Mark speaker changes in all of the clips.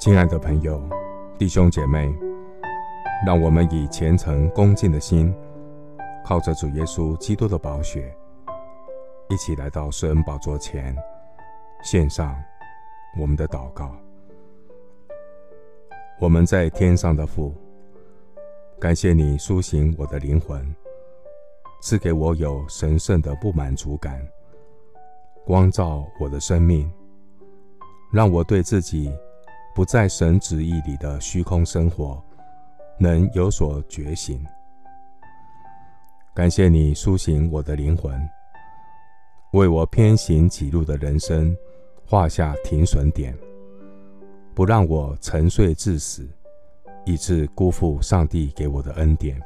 Speaker 1: 亲爱的朋友、弟兄姐妹，让我们以虔诚恭敬的心，靠着主耶稣基督的宝血，一起来到施恩宝座前，献上我们的祷告。我们在天上的父，感谢你苏醒我的灵魂，赐给我有神圣的不满足感，光照我的生命，让我对自己不在神旨意里的虚空生活能有所觉醒。感谢你苏醒我的灵魂，为我偏行己路的人生画下停损点，不让我沉睡至死，以致辜负上帝给我的恩典。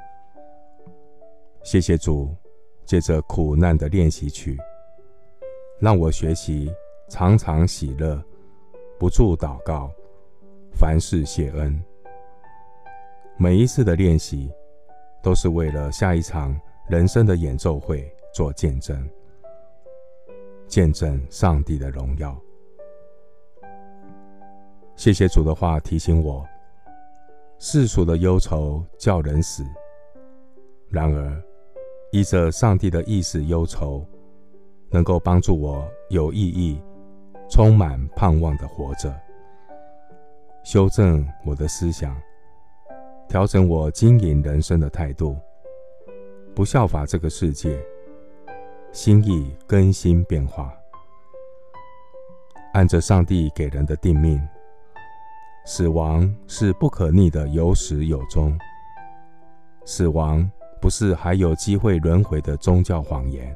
Speaker 1: 谢谢主，借着苦难的练习曲，让我学习常常喜乐，不住祷告，凡事谢恩。每一次的练习都是为了下一场人生的演奏会做见证，见证上帝的荣耀。谢谢主的话提醒我，世俗的忧愁叫人死，然而依着上帝的意思忧愁，能够帮助我有意义、充满盼望地活着，修正我的思想，调整我经营人生的态度，不效法这个世界，心意更新变化，按着上帝给人的定命。死亡是不可逆的有始有终，死亡不是还有机会轮回的宗教谎言。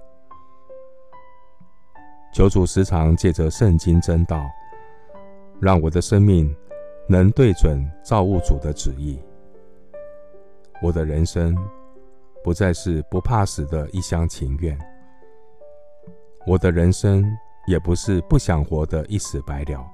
Speaker 1: 求主时常借着圣经真道，让我的生命能对准造物主的旨意。我的人生不再是不怕死的一厢情愿，我的人生也不是不想活的一死百了。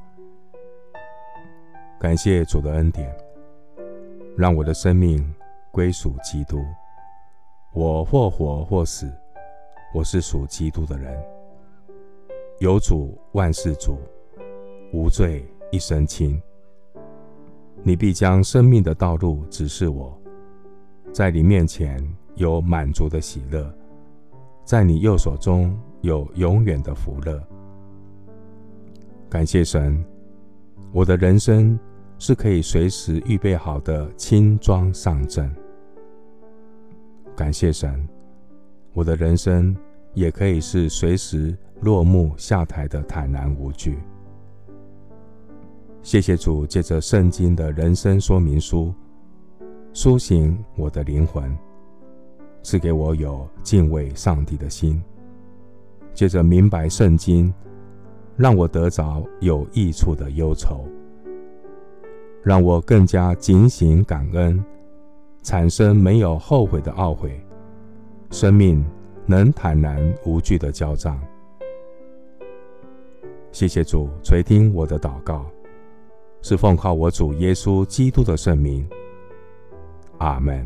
Speaker 1: 感谢主的恩典，让我的生命归属基督。我或活或死，我是属基督的人。有主万事主，无罪一身轻。你必将生命的道路指示我，在你面前有满足的喜乐，在你右手中有永远的福乐。感谢神，我的人生是可以随时预备好的轻装上阵。感谢神，我的人生也可以是随时落幕下台的坦然无惧。谢谢主借着圣经的人生说明书，苏醒我的灵魂，赐给我有敬畏上帝的心。借着明白圣经，让我得着有益处的忧愁，让我更加警醒感恩，产生没有后悔的懊悔，生命能坦然无惧的交账。谢谢主垂听我的祷告，是奉靠我主耶稣基督的圣名。阿们。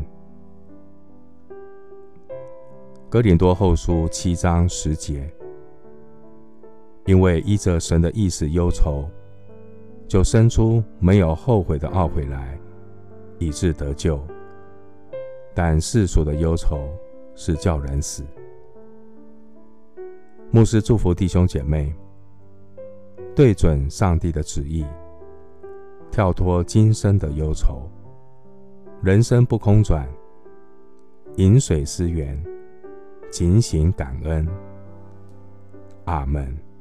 Speaker 1: 哥林多后书7章10节，因为依着神的意思忧愁，就生出没有后悔的懊悔来，以致得救。但世俗的忧愁是叫人死。牧师祝福弟兄姐妹，对准上帝的旨意，跳脱今生的忧愁，人生不空转，饮水思源，警醒感恩。阿们。